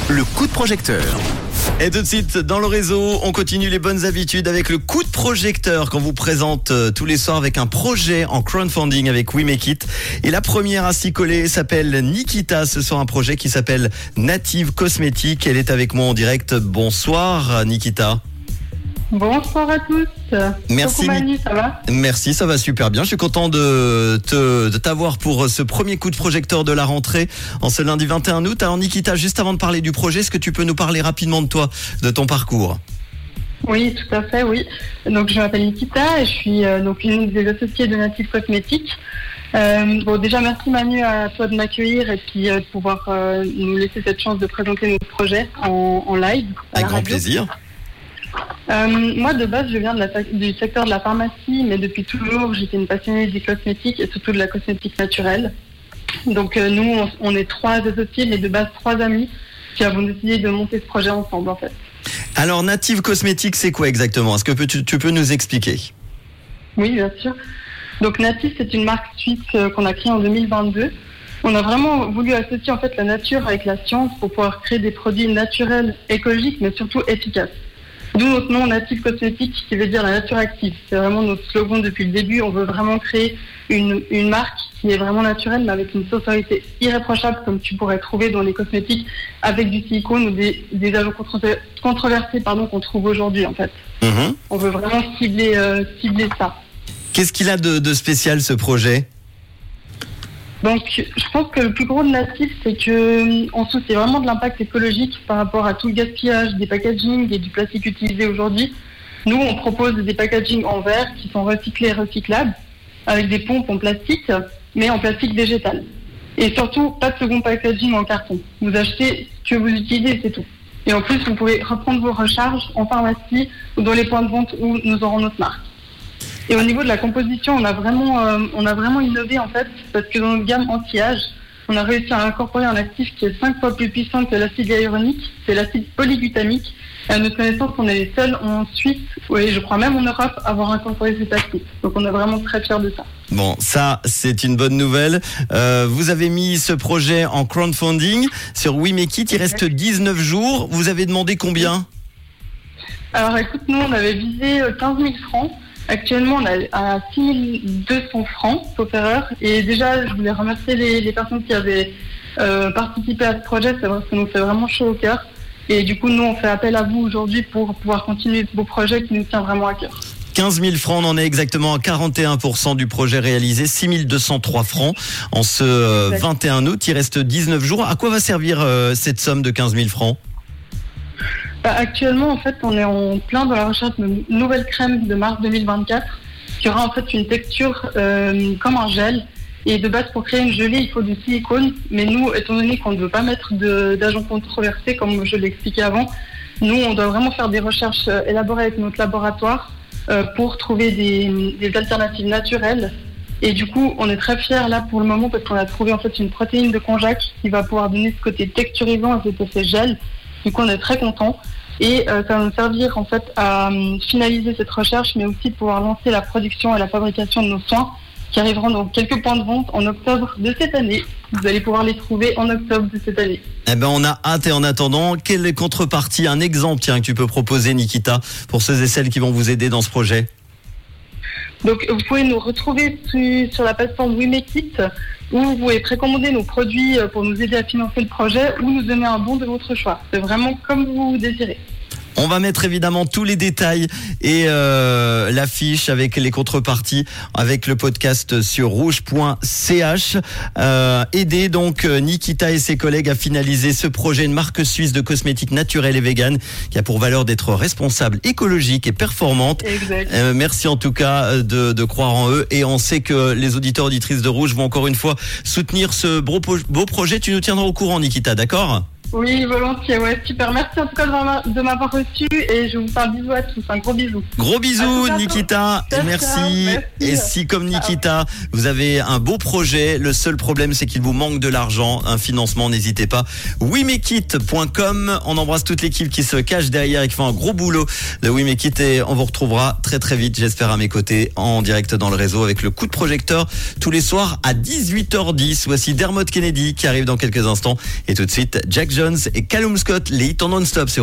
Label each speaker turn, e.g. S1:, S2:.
S1: Le coup de projecteur.
S2: Et tout de suite, dans le réseau, on continue les bonnes habitudes avec le coup de projecteur qu'on vous présente tous les soirs avec un projet en crowdfunding avec We Make It. Et la première à s'y coller s'appelle Nikita. Ce soir, un projet qui s'appelle Native Cosmétiques. Elle est avec moi en direct. Bonsoir, Nikita.
S3: Bonsoir à tous.
S2: Merci.
S3: Coucou Manu, ça va ?
S2: Merci, ça va super bien. Je suis content de t'avoir pour ce premier coup de projecteur de la rentrée en ce lundi 21 août. Alors Nikita, juste avant de parler du projet, est-ce que tu peux nous parler rapidement de toi, de ton parcours ?
S3: Oui, tout à fait, oui. Donc je m'appelle Nikita et je suis donc une des associées de Native Cosmétiques. Déjà merci Manu à toi de m'accueillir et puis de pouvoir nous laisser cette chance de présenter notre projet en live.
S2: Avec grand plaisir.
S3: Moi de base je viens du secteur de la pharmacie, mais depuis toujours j'étais une passionnée des cosmétiques et surtout de la cosmétique naturelle. Donc nous on est 3 associés, mais de base 3 amis qui avons décidé de monter ce projet ensemble en fait.
S2: Alors Native Cosmétiques, c'est quoi exactement ? Est-ce que tu peux nous expliquer ?
S3: Oui, bien sûr. Donc Native, c'est une marque suisse qu'on a créée en 2022. On a vraiment voulu associer en fait la nature avec la science pour pouvoir créer des produits naturels, écologiques, mais surtout efficaces. D'où notre nom Native Cosmétiques, qui veut dire la nature active. C'est vraiment notre slogan depuis le début. On veut vraiment créer une marque qui est vraiment naturelle, mais avec une sensorialité irréprochable, comme tu pourrais trouver dans les cosmétiques, avec du silicone ou des agents controversés qu'on trouve aujourd'hui en fait.
S2: Mmh.
S3: On veut vraiment cibler ça.
S2: Qu'est-ce qu'il a de spécial ce projet ?
S3: Donc, je pense que le plus gros de Native, c'est qu'on soucie vraiment de l'impact écologique par rapport à tout le gaspillage des packaging et du plastique utilisé aujourd'hui. Nous, on propose des packaging en verre qui sont recyclés et recyclables, avec des pompes en plastique, mais en plastique végétal. Et surtout, pas de second packaging en carton. Vous achetez ce que vous utilisez, c'est tout. Et en plus, vous pouvez reprendre vos recharges en pharmacie ou dans les points de vente où nous aurons notre marque. Et au niveau de la composition, on a vraiment innové en fait, parce que dans notre gamme anti-âge, on a réussi à incorporer un actif qui est 5 fois plus puissant que l'acide hyaluronique, c'est l'acide polyglutamique. Et à notre connaissance, on est les seuls en Suisse, et je crois même en Europe, à avoir incorporé cet actif. Donc on est vraiment très fiers de ça.
S2: Bon, ça, c'est une bonne nouvelle. Vous avez mis ce projet en crowdfunding sur We Make It. Il reste 19 jours. Vous avez demandé combien ?
S3: Alors écoute, nous, on avait visé 15 000 francs. Actuellement, on est à 6 200 francs, sauf erreur. Et déjà, je voulais remercier les personnes qui avaient participé à ce projet. C'est vrai que ça nous fait vraiment chaud au cœur. Et du coup, nous, on fait appel à vous aujourd'hui pour pouvoir continuer ce beau projet qui nous tient vraiment à cœur.
S2: 15 000 francs, on en est exactement à 41% du projet réalisé, 6 203 francs en ce 21 août. Il reste 19 jours. À quoi va servir cette somme de 15 000 francs ?
S3: Actuellement, en fait, on est en plein dans la recherche d'une nouvelle crème de mars 2024 qui aura en fait une texture comme un gel. Et de base, pour créer une gelée, il faut du silicone. Mais nous, étant donné qu'on ne veut pas mettre d'agents controversés, comme je l'ai expliqué avant, nous, on doit vraiment faire des recherches élaborées avec notre laboratoire pour trouver des alternatives naturelles. Et du coup, on est très fiers là pour le moment parce qu'on a trouvé en fait une protéine de konjac qui va pouvoir donner ce côté texturisant et cet effet gel. Du coup, on est très contents et ça va nous servir en fait à finaliser cette recherche, mais aussi de pouvoir lancer la production et la fabrication de nos soins qui arriveront dans quelques points de vente en octobre de cette année. Vous allez pouvoir les trouver en octobre de cette année.
S2: Eh ben, on a hâte. Et en attendant, quelle contrepartie, un exemple que tu peux proposer, Nikita, pour ceux et celles qui vont vous aider dans ce projet ?
S3: Donc, vous pouvez nous retrouver sur la plateforme We Make It, où vous pouvez précommander nos produits pour nous aider à financer le projet ou nous donner un bon de votre choix. C'est vraiment comme vous désirez.
S2: On va mettre évidemment tous les détails et l'affiche avec les contreparties avec le podcast sur rouge.ch. Aider donc Nikita et ses collègues à finaliser ce projet, une marque suisse de cosmétiques naturelles et véganes qui a pour valeur d'être responsable, écologique et performante. Merci en tout cas de croire en eux, et on sait que les auditeurs auditrices de Rouge vont encore une fois soutenir ce beau projet. Tu nous tiendras au courant, Nikita, d'accord ?
S3: Oui, volontiers, ouais, super. Merci en tout cas de m'avoir reçu et je vous fais un bisou à tous, un gros bisou.
S2: Gros bisous, Nikita, et merci. Et si comme Nikita, vous avez un beau projet, le seul problème c'est qu'il vous manque de l'argent, un financement, n'hésitez pas. WeMakeIt.com, on embrasse toute l'équipe qui se cache derrière et qui fait un gros boulot de We Make It, et on vous retrouvera très très vite, j'espère, à mes côtés en direct dans le réseau avec le coup de projecteur tous les soirs à 18h10. Voici Dermot Kennedy qui arrive dans quelques instants, et tout de suite Jack Jones. Jones et Callum Scott, les hits en non-stop.